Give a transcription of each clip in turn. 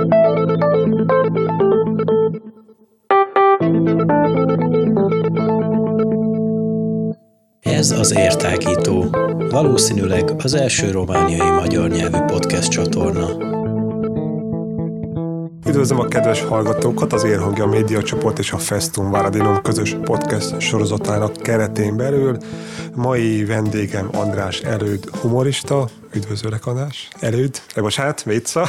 Ez az Értágító, valószínűleg az első romániai magyar nyelvű podcast csatorna. Üdvözlöm a kedves hallgatókat az Érhangja Média Csoport és a Festum Varadinom közös podcast sorozatának keretén belül. Mai vendégem András Előd humorista. Üdvözöllek, András. Előd. Bocsánat, Vécsa.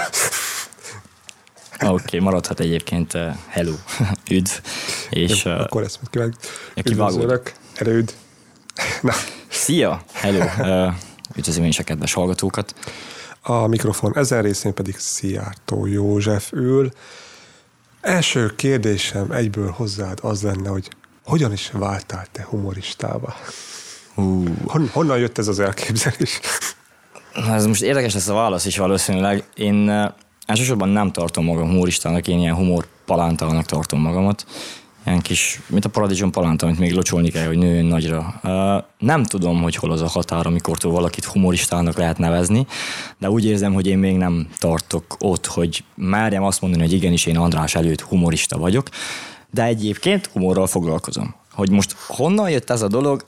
Oké, maradhat egyébként hello, üdv. És, akkor ezt kívánok. Üdvözöllek, Előd. Na. Szia, hello. Üdvözlöm én is a kedves hallgatókat. A mikrofon ezen részén pedig Szijjártó József ül. Első kérdésem egyből hozzád az lenne, hogy hogyan is váltál te humoristába? Honnan jött ez az elképzelés? Ez most érdekes lesz a válasz is valószínűleg. Én elsősorban nem tartom magam humoristának, én ilyen humor palántának tartom magamat. Ilyen kis, mint a paradicsom palánta, amit még locsolni kell, hogy nőjön nagyra. Nem tudom, hogy hol az a határ, amikortól valakit humoristának lehet nevezni, de úgy érzem, hogy én még nem tartok ott, hogy merjem azt mondani, hogy igenis én András Előd humorista vagyok, de egyébként humorral foglalkozom. Hogy most honnan jött ez a dolog?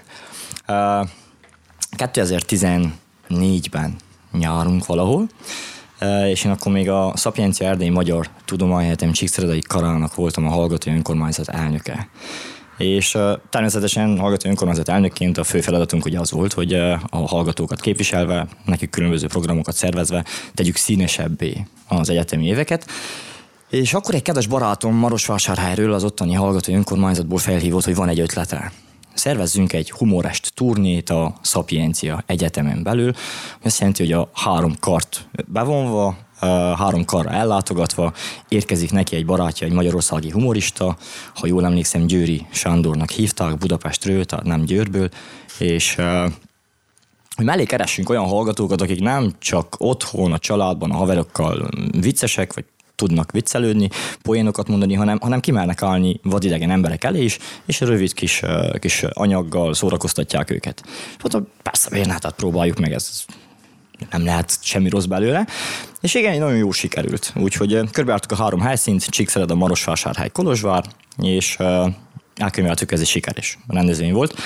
2014-ben nyárunk valahol, és én akkor még a Szapiencia Erdélyi Magyar Tudományegyetem Csíkszeredai Karának voltam a hallgatói önkormányzat elnöke. És természetesen hallgatói önkormányzat elnökként a fő feladatunk ugye az volt, hogy a hallgatókat képviselve, nekik különböző programokat szervezve tegyük színesebbé az egyetemi éveket. És akkor egy kedves barátom Marosvásárhelyről, az ottani hallgatói önkormányzatból felhívott, hogy van egy ötlete. Szervezzünk egy humorest turnét a Szapiencia Egyetemen belül. Azt jelenti, hogy a 3 kart bevonva, 3 karra ellátogatva érkezik neki egy barátja, egy magyarországi humorista, ha jól emlékszem, Győri Sándornak hívták, Budapestről, tehát nem Győrből, és hogy mellé keressünk olyan hallgatókat, akik nem csak otthon, a családban, a haverokkal viccesek, vagy tudnak viccelődni, poénokat mondani, hanem kimernek állni vadidegen emberek elé is, és rövid kis anyaggal szórakoztatják őket. És mondtam, persze, miért ne, tehát próbáljuk meg, ez nem lehet semmi rossz belőle. És igen, nagyon jó sikerült. Úgyhogy körbejártuk a 3 helyszínt, Csíkszereda, Marosvásárhely, Kolozsvár, és elkönyveltük, ez egy sikeres rendezvény volt.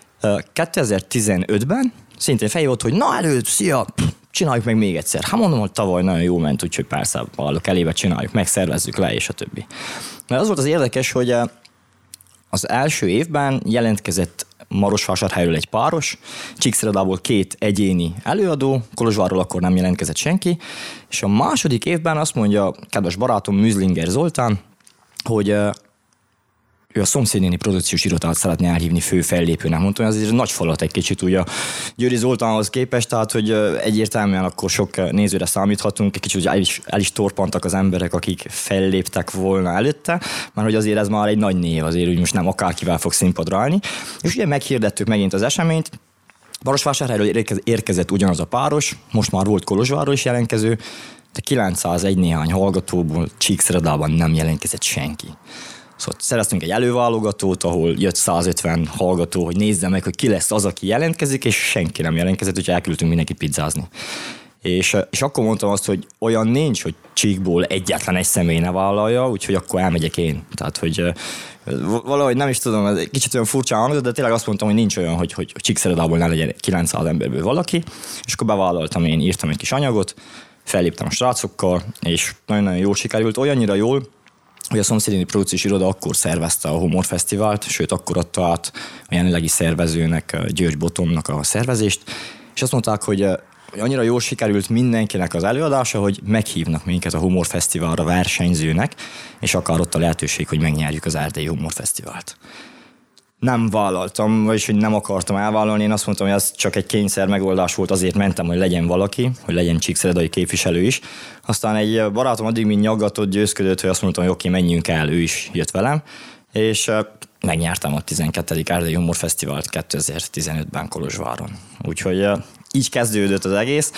2015-ben szintén felhívott, hogy na Előd, szia, csináljuk meg még egyszer. Hát mondom, hogy tavaly nagyon jó ment, úgyhogy persze állok elébe, csináljuk meg, szervezzük le, és a többi. Mert az volt az érdekes, hogy az első évben jelentkezett Marosvásárhelyről egy páros, Csíkszeredából 2 egyéni előadó, Kolozsvárról akkor nem jelentkezett senki, és a második évben azt mondja kedves barátom Müzlinger Zoltán, hogy ő a szomszédnéni produkciós irodát szeretné elhívni fő fellépőnek. Mondtam, hogy azért nagy falat egy kicsit ugye a Győri Zoltánhoz képest, tehát hogy egyértelműen akkor sok nézőre számíthatunk, egy kicsit el is torpantak az emberek, akik felléptek volna előtte, mert hogy azért ez már egy nagy név, azért úgy most nem akárkivel fog színpadra állni. És ugye meghirdettük megint az eseményt, Marosvásárhelyről érkezett ugyanaz a páros, most már volt Kolozsvárról is jelentkező, de 901 néhány hallgatóból Csíkszeredában nem jelentkezett senki. Szóval szereztünk egy előválogatót, ahol jött 150 hallgató, hogy nézze meg, hogy ki lesz az, aki jelentkezik, és senki nem jelentkezett, úgyhogy elküldtünk mindenkit pizzázni. És akkor mondtam azt, hogy olyan nincs, hogy Csíkból egyetlen egy személy ne vállalja, úgyhogy akkor elmegyek én. Tehát, hogy valahogy nem is tudom, ez egy kicsit olyan furcsán hangzott, de tényleg azt mondtam, hogy nincs olyan, hogy Csíkszeredából ne legyen 900 emberből valaki, és akkor bevállaltam én, írtam egy kis anyagot, felléptem a srácokkal, és nagyon-nagyon jól sikerült, olyannyira jól, hogy a szomszédnéni produkciós iroda akkor szervezte a humorfesztivált, sőt akkor adta át a jelenlegi szervezőnek, György Botonnak a szervezést, és azt mondták, hogy annyira jól sikerült mindenkinek az előadása, hogy meghívnak minket a humorfesztiválra versenyzőnek, és akár ott a lehetőség, hogy megnyerjük az Erdélyi Humorfesztivált. Nem vállaltam, vagyis hogy nem akartam elvállalni, én azt mondtam, hogy ez csak egy kényszer megoldás volt, azért mentem, hogy legyen valaki, hogy legyen csíkszeredai képviselő is. Aztán egy barátom addig mind nyaggatott, győzködött, hogy azt mondtam, hogy oké, menjünk el, ő is jött velem, és megnyertem a 12. Erdélyi Humorfesztivált 2015-ben Kolozsváron. Úgyhogy így kezdődött az egész.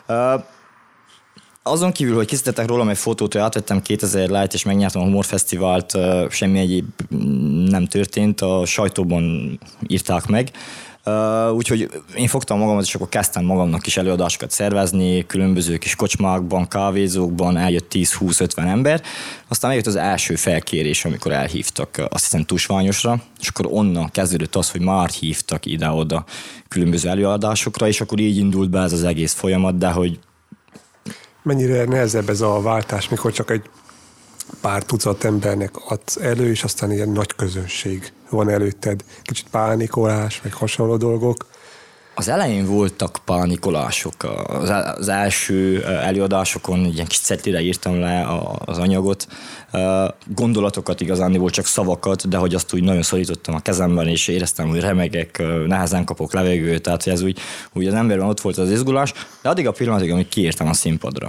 Azon kívül, hogy készítettek rólam egy fotót, hogy átvettem 2000 lájt, és megnyertem a humorfesztivált, semmi egyéb nem történt, a sajtóban írták meg. Úgyhogy én fogtam magamat, és akkor kezdtem magamnak is előadásokat szervezni, különböző kis kocsmákban, kávézókban, eljött 10-20-50 ember. Aztán eljött az első felkérés, amikor elhívtak, azt hiszem Tusványosra, és akkor onnan kezdődött az, hogy már hívtak ide-oda különböző előadásokra, és akkor így indult be ez az egész folyamat, de hogy... Mennyire nehezebb ez a váltás, mikor csak egy pár tucat embernek adsz elő, és aztán ilyen nagy közönség van előtted. Kicsit pánikolás, meg hasonló dolgok. Az elején voltak pánikolások. Az első előadásokon ilyen kis cetlire írtam le az anyagot. Gondolatokat igazán, csak szavakat, de hogy azt úgy nagyon szorítottam a kezemben, és éreztem, hogy remegek, nehezen kapok levegőt, tehát hogy ez úgy az emberben ott volt az izgulás, de addig a pillanatig, amíg kiértem a színpadra.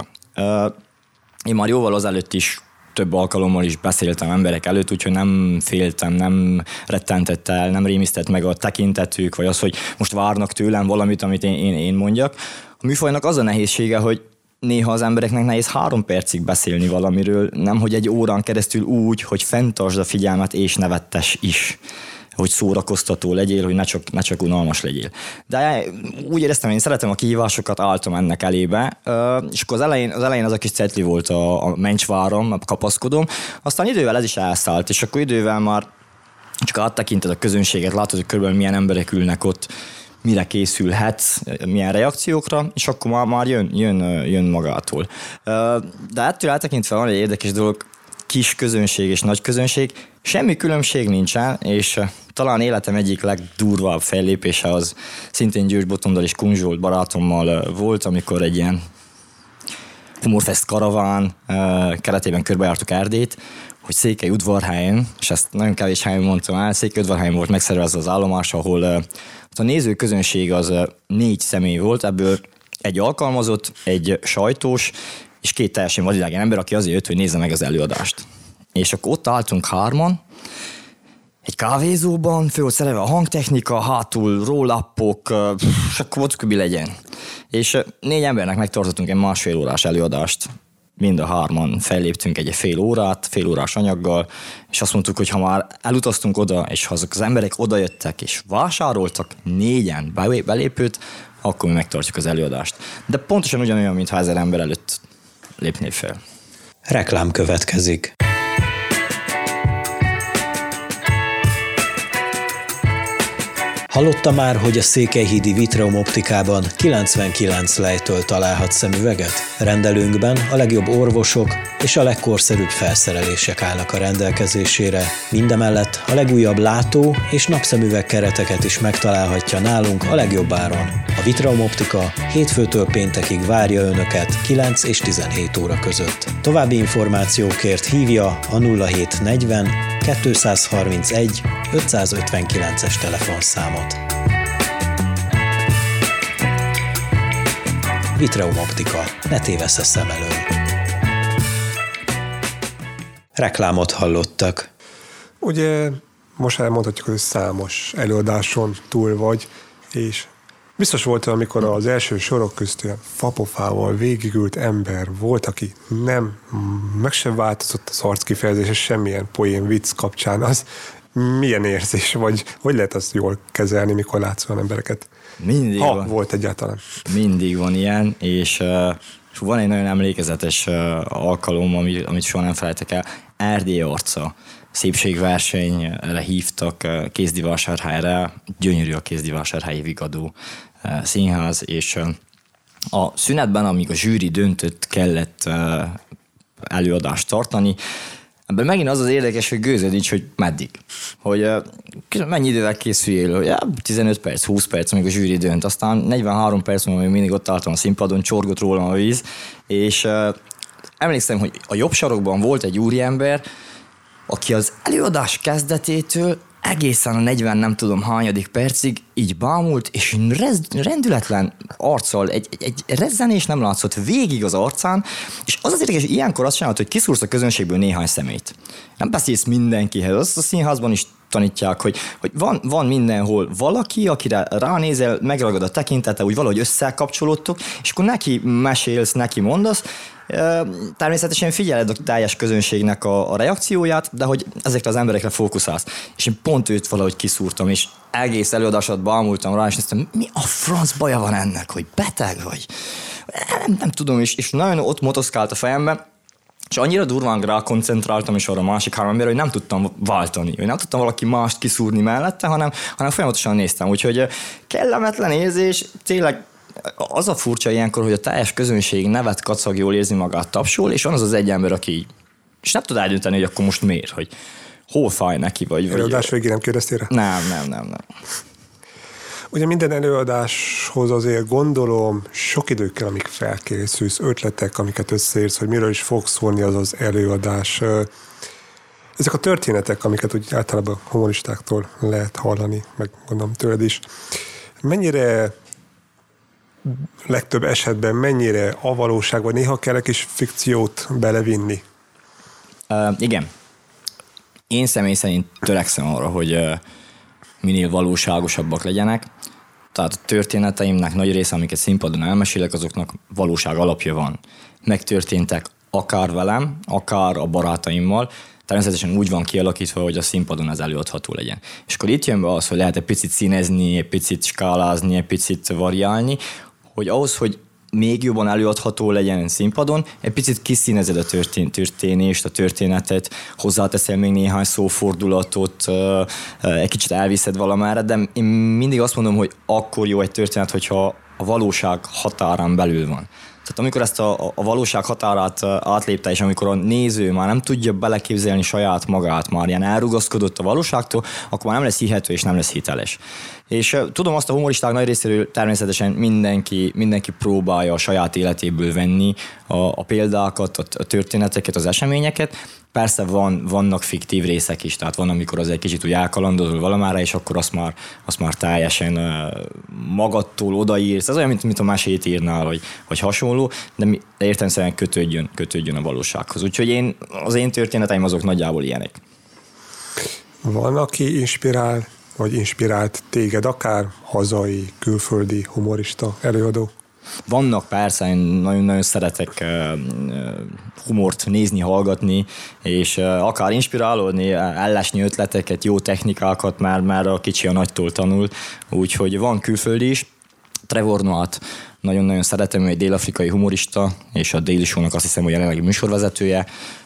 Én már jóval azelőtt is több alkalommal is beszéltem emberek előtt, úgyhogy nem féltem, nem rettentett el, nem rémisztett meg a tekintetük, vagy az, hogy most várnak tőlem valamit, amit én mondjak. A műfajnak az a nehézsége, hogy néha az embereknek nehéz 3 percig beszélni valamiről, nem hogy egy órán keresztül úgy, hogy fenntartsd a figyelmet és nevettes is, hogy szórakoztató legyél, hogy ne csak unalmas legyél. De úgy éreztem, én szeretem a kihívásokat, álltam ennek elébe, és akkor az elején az a kis cetli volt a mencsvárom, a kapaszkodom, aztán idővel ez is elszállt, és akkor idővel már csak áttekinted a közönséget, látod, hogy körülbelül milyen emberek ülnek ott, mire készülhetsz, milyen reakciókra, és akkor már jön magától. De ettől eltekintve van egy érdekes dolog, kis közönség és nagy közönség, semmi különbség nincsen, és talán életem egyik legdurvább fellépése az szintén György Botondal és Kun Zsolt barátommal volt, amikor egy ilyen humorfest karaván keretében körbejártuk Erdélyt, hogy Székelyudvarhelyen, és ezt nagyon kevés helyen mondtam el, Székelyudvarhelyen volt megszervezve az állomás, ahol a nézőközönség az 4 személy volt, ebből egy alkalmazott, egy sajtós, és 2 teljesen vadidegen ember, aki azért jött, hogy nézze meg az előadást. És akkor ott álltunk 3-an, egy kávézóban, fő volt szerelve a hangtechnika, hátul roll-upok, és akkor ott mi legyen. És 4 embernek megtartottunk egy 1,5 órás előadást. Mind a 3-an felléptünk egy fél órás anyaggal, és azt mondtuk, hogy ha már elutaztunk oda, és ha azok az emberek odajöttek, és vásároltak 4-en belépőt, akkor mi megtartjuk az előadást. De pontosan ugyanolyan, mintha 1000 ember előtt lépnél fel. Reklám következik. Hallotta már, hogy a székelyhídi Vitreum Optikában 99 lejtől találhat szemüveget? Rendelőnkben a legjobb orvosok és a legkorszerűbb felszerelések állnak a rendelkezésére. Mindemellett a legújabb látó- és napszemüveg kereteket is megtalálhatja nálunk a legjobb áron. A Vitreum Optika hétfőtől péntekig várja Önöket 9 és 17 óra között. További információkért hívja a 0740 231 559-es telefonszámot. Vitreum Optika. Ne tévessz a szem elől. Reklámot hallottak. Ugye most elmondhatjuk, hogy számos előadáson túl vagy, és biztos volt, amikor az első sorok közt olyan fapofával végigült ember volt, aki meg sem változott az arckifejezés, és semmilyen poén vicc kapcsán. Az milyen érzés, vagy hogy lehet azt jól kezelni, mikor látsz olyan embereket? Mindig van. Volt egyáltalán. Mindig van ilyen, és van egy nagyon emlékezetes alkalom, amit soha nem felejtek el. Erdély arca. Szépségversenyre hívtak Kézdivásárhelyre, gyönyörű a Kézdivásárhelyi Vigadó színház, és a szünetben, amíg a zsűri döntött, kellett előadást tartani. Ebben megint az érdekes, hogy gőzöd nincs, hogy meddig. Hogy mennyi idővel készüljél, hogy 15 perc, 20 perc, amíg a zsűri dönt. Aztán 43 perc, amíg mindig ott álltam a színpadon, csorgott rólam a víz, és emlékszem, hogy a jobb sarokban volt egy úriember, aki az előadás kezdetétől egészen a 40 nem tudom hányadik percig így bámult, és rendületlen arccal, egy rezzenés nem látszott végig az arcán, és az érdekes, ilyenkor azt csinálod, hogy kiszúrsz a közönségből néhány szemét. Nem beszélsz mindenkihez, az a színházban is tanítják, hogy van mindenhol valaki, akire ránézel, megragad a tekintete, úgy valahogy összekapcsolódtok, és akkor neki mesélsz, neki mondasz. Természetesen figyeled a teljes közönségnek a reakcióját, de hogy ezekre az emberekre fókuszálsz. És én pont őt valahogy kiszúrtam, és egész előadásat bámultam rá, és néztem, mi a franc baja van ennek, hogy beteg vagy? Nem tudom, és nagyon ott motoszkált a fejembe, és annyira durván rákoncentráltam is arra a másik három emberre, hogy nem tudtam váltani, hogy nem tudtam valaki mást kiszúrni mellette, hanem folyamatosan néztem. Úgyhogy kellemetlen érzés, tényleg az a furcsa ilyenkor, hogy a teljes közönség nevet kacag, jól érzi magát, tapsol, és van az egy ember, aki és nem tud eldönteni, hogy akkor most miért, hogy hol fáj neki, vagy... Előadás végén nem kérdeztél rá? Nem. Ugye minden előadáshoz azért gondolom sok idő kell, amíg felkészülsz, ötletek, amiket összeérsz, hogy miről is fog szólni az előadás. Ezek a történetek, amiket úgy általában humoristáktól lehet hallani, meg gondolom tőled is, mennyire legtöbb esetben mennyire a valóság, vagy néha kell egy kis fikciót belevinni? Igen. Én személy szerint törekszem arra, hogy minél valóságosabbak legyenek. Tehát a történeteimnek nagy része, amiket színpadon elmesélek, azoknak valóság alapja van. Megtörténtek akár velem, akár a barátaimmal, természetesen úgy van kialakítva, hogy a színpadon az előadható legyen. És akkor itt jön be az, hogy lehet egy picit színezni, egy picit skálázni, egy picit variálni, hogy ahhoz, hogy még jobban előadható legyen színpadon, egy picit kiszínezed a történést, a történetet, hozzáteszel még néhány szófordulatot, egy kicsit elviszed valamára, de én mindig azt mondom, hogy akkor jó egy történet, hogyha a valóság határán belül van. Tehát amikor ezt a valóság határát átlépte, és amikor a néző már nem tudja beleképzelni saját magát, már ilyen elrugaszkodott a valóságtól, akkor már nem lesz hihető és nem lesz hiteles. És tudom azt, a humoristák nagy részéről természetesen mindenki próbálja a saját életéből venni a példákat, a történeteket, az eseményeket. Persze vannak fiktív részek is, tehát van, amikor az egy kicsit úgy elkalandozol valamára, és akkor azt már teljesen magadtól odaírsz. Ez olyan, mint a mesét írnál, vagy hasonló, de értelemszerűen kötődjön a valósághoz. Úgyhogy az én történeteim azok nagyjából ilyenek. Van, aki inspirál, vagy inspirált téged, akár hazai, külföldi humorista, előadó? Vannak persze, én nagyon-nagyon szeretek humort nézni, hallgatni, és akár inspirálódni, ellesni ötleteket, jó technikákat, már a kicsi a nagytól tanul, úgyhogy van külföldi is. Trevor Noah-t nagyon-nagyon szeretem, ő egy dél-afrikai humorista, és a Daily Show-nak azt hiszem, hogy jelenlegi műsorvezetője,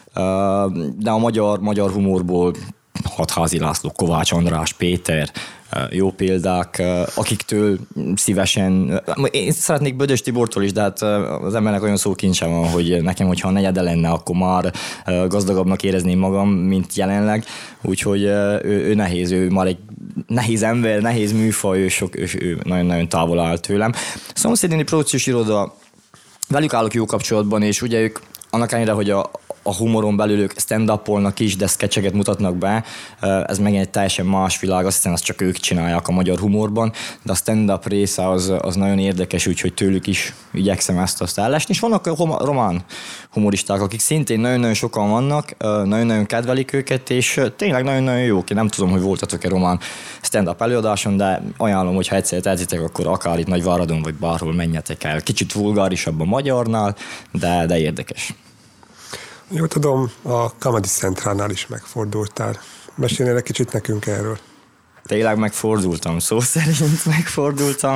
de a magyar humorból Hatházi László, Kovács András, Péter, jó példák, akiktől szívesen, én szeretnék Bödös Tibortól is, de hát az embernek olyan szókincse van, hogy nekem, hogyha a negyede lenne, akkor már gazdagabbnak érezném magam, mint jelenleg, úgyhogy ő nehéz, ő már egy nehéz ember, nehéz műfaj, ő nagyon-nagyon távol áll tőlem. Szomszédéni produkciós iroda, velük állok jó kapcsolatban, és ugye ők annak ellenére, hogy a humoron belül ők stand-upolnak is, de sketcheket mutatnak be. Ez megint egy teljesen más világ, azt hiszem, azt csak ők csinálják a magyar humorban, de a stand-up része az nagyon érdekes, úgyhogy tőlük is igyekszem ezt ellesni. És vannak román humoristák, akik szintén nagyon-nagyon sokan vannak, nagyon-nagyon kedvelik őket, és tényleg nagyon-nagyon jók. Én nem tudom, hogy voltatok-e román stand-up előadáson, de ajánlom, hogy ha egyszer tetszitek, akkor akár itt Nagyváradon, vagy bárhol menjetek el. Kicsit vulgárisabb a magyarnál, de érdekes. Jól tudom, a Comedy Centrálnál is megfordultál. Mesélnél egy kicsit nekünk erről? Tényleg megfordultam, szó szerint megfordultam.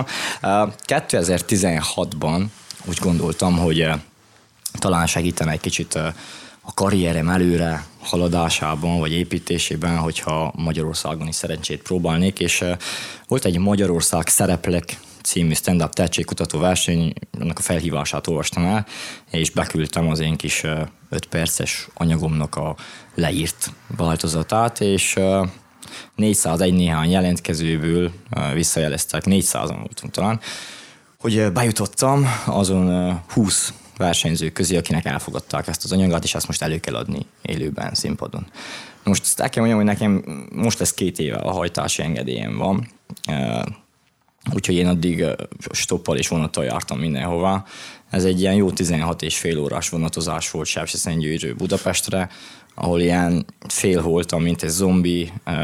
2016-ban úgy gondoltam, hogy talán segítene egy kicsit a karrierem előre haladásában, vagy építésében, hogyha Magyarországon is szerencsét próbálnék, és volt egy Magyarország Szereplek című stand-up tehetségkutató verseny, annak a felhívását olvastam el, és beküldtem az én kis 5 perces anyagomnak a leírt változatát, és 401 néhány jelentkezőből visszajeleztek, 400-an voltunk talán, hogy bejutottam azon 20 versenyző közé, akinek elfogadták ezt az anyagot, és ezt most elő kell adni élőben, színpadon. Most ezt el kell mondjam, hogy nekem most ez 2 éve a hajtási engedélyem van, úgyhogy én addig stoppal és vonattal jártam mindenhová. Ez egy ilyen jó 16,5 órás vonatozás volt Sepsiszentgyőrről Budapestre, ahol ilyen fél voltam, mint egy zombi,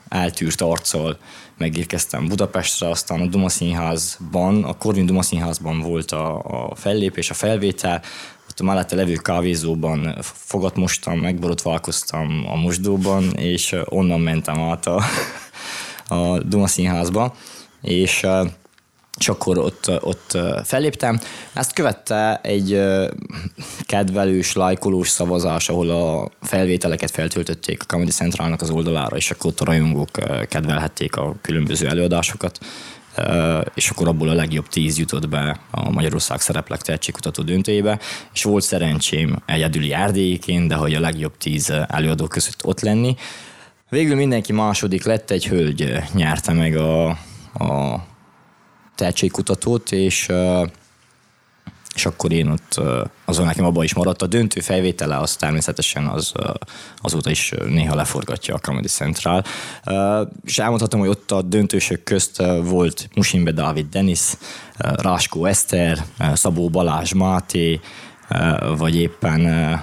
eltűrt arccal megérkeztem Budapestre, aztán a Duma Színházban, a Corvin Duma Színházban volt a fellépés, a felvétel, ott a mellette levő kávézóban fogat mostam, megborotválkoztam a mosdóban, és onnan mentem át a Duma Színházba, és akkor ott felléptem. Ezt követte egy kedvelős, lájkolós szavazás, ahol a felvételeket feltöltötték a Comedy Centralnak az oldalára, és akkor ott a rajongók kedvelhették a különböző előadásokat, és akkor abból a legjobb 10 jutott be a Magyarország Szereplek tehetségkutató döntőjébe, és volt szerencsém egyedüli erdélyiként, de hogy a legjobb 10 előadó között ott lenni. Végül mindenki második lett, egy hölgy nyerte meg a tehetségkutatót, és akkor én ott azon nekem abban is maradt. A döntő felvétele az természetesen azóta is néha leforgatja a Comedy Central. És elmondhatom, hogy ott a döntősök közt volt Musimbe Dávid Denis, Ráskó Eszter, Szabó Balázs Máté, vagy éppen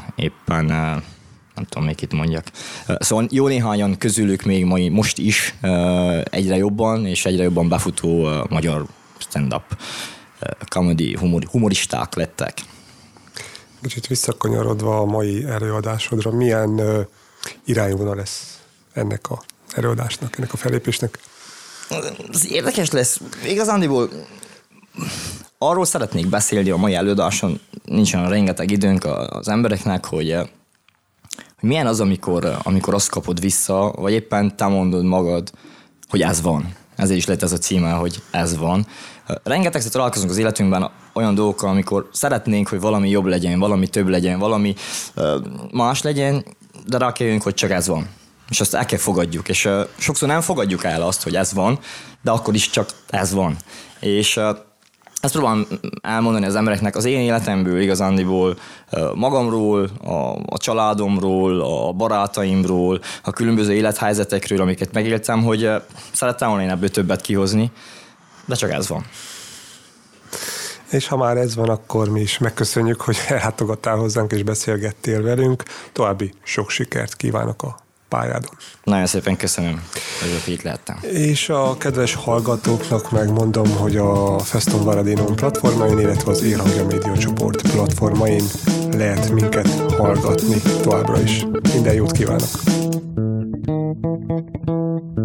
nem tudom, még itt mondjak. Szóval jó néhányan közülük még most is egyre jobban befutó magyar stand-up comedy humoristák lettek. Kicsit visszakanyarodva a mai előadásodra, milyen irányvonal lesz ennek a előadásnak, ennek a fellépésnek? Ez érdekes lesz. Igazándiból arról szeretnék beszélni a mai előadáson, nincsen rengeteg időnk az embereknek, hogy milyen az, amikor azt kapod vissza, vagy éppen te mondod magad, hogy ez van. Ezért is lett ez a címe, hogy ez van. Rengetegszer találkozunk az életünkben olyan dolgokkal, amikor szeretnénk, hogy valami jobb legyen, valami több legyen, valami más legyen, de rákérjünk, hogy csak ez van. És azt el kell fogadjuk. És sokszor nem fogadjuk el azt, hogy ez van, de akkor is csak ez van. És ezt próbálom elmondani az embereknek az én életemből, igazándiból, magamról, a családomról, a barátaimról, a különböző élethelyzetekről, amiket megéltem, hogy szerettem volna én ebből többet kihozni, de csak ez van. És ha már ez van, akkor mi is megköszönjük, hogy ellátogattál hozzánk és beszélgettél velünk. További sok sikert kívánok a pályádon. Nagyon szépen köszönöm, hogy itt lehettem. És a kedves hallgatóknak megmondom, hogy a Feston Varadénon platformain, illetve az Érhangja Média Csoport platformain lehet minket hallgatni továbbra is. Minden jót kívánok!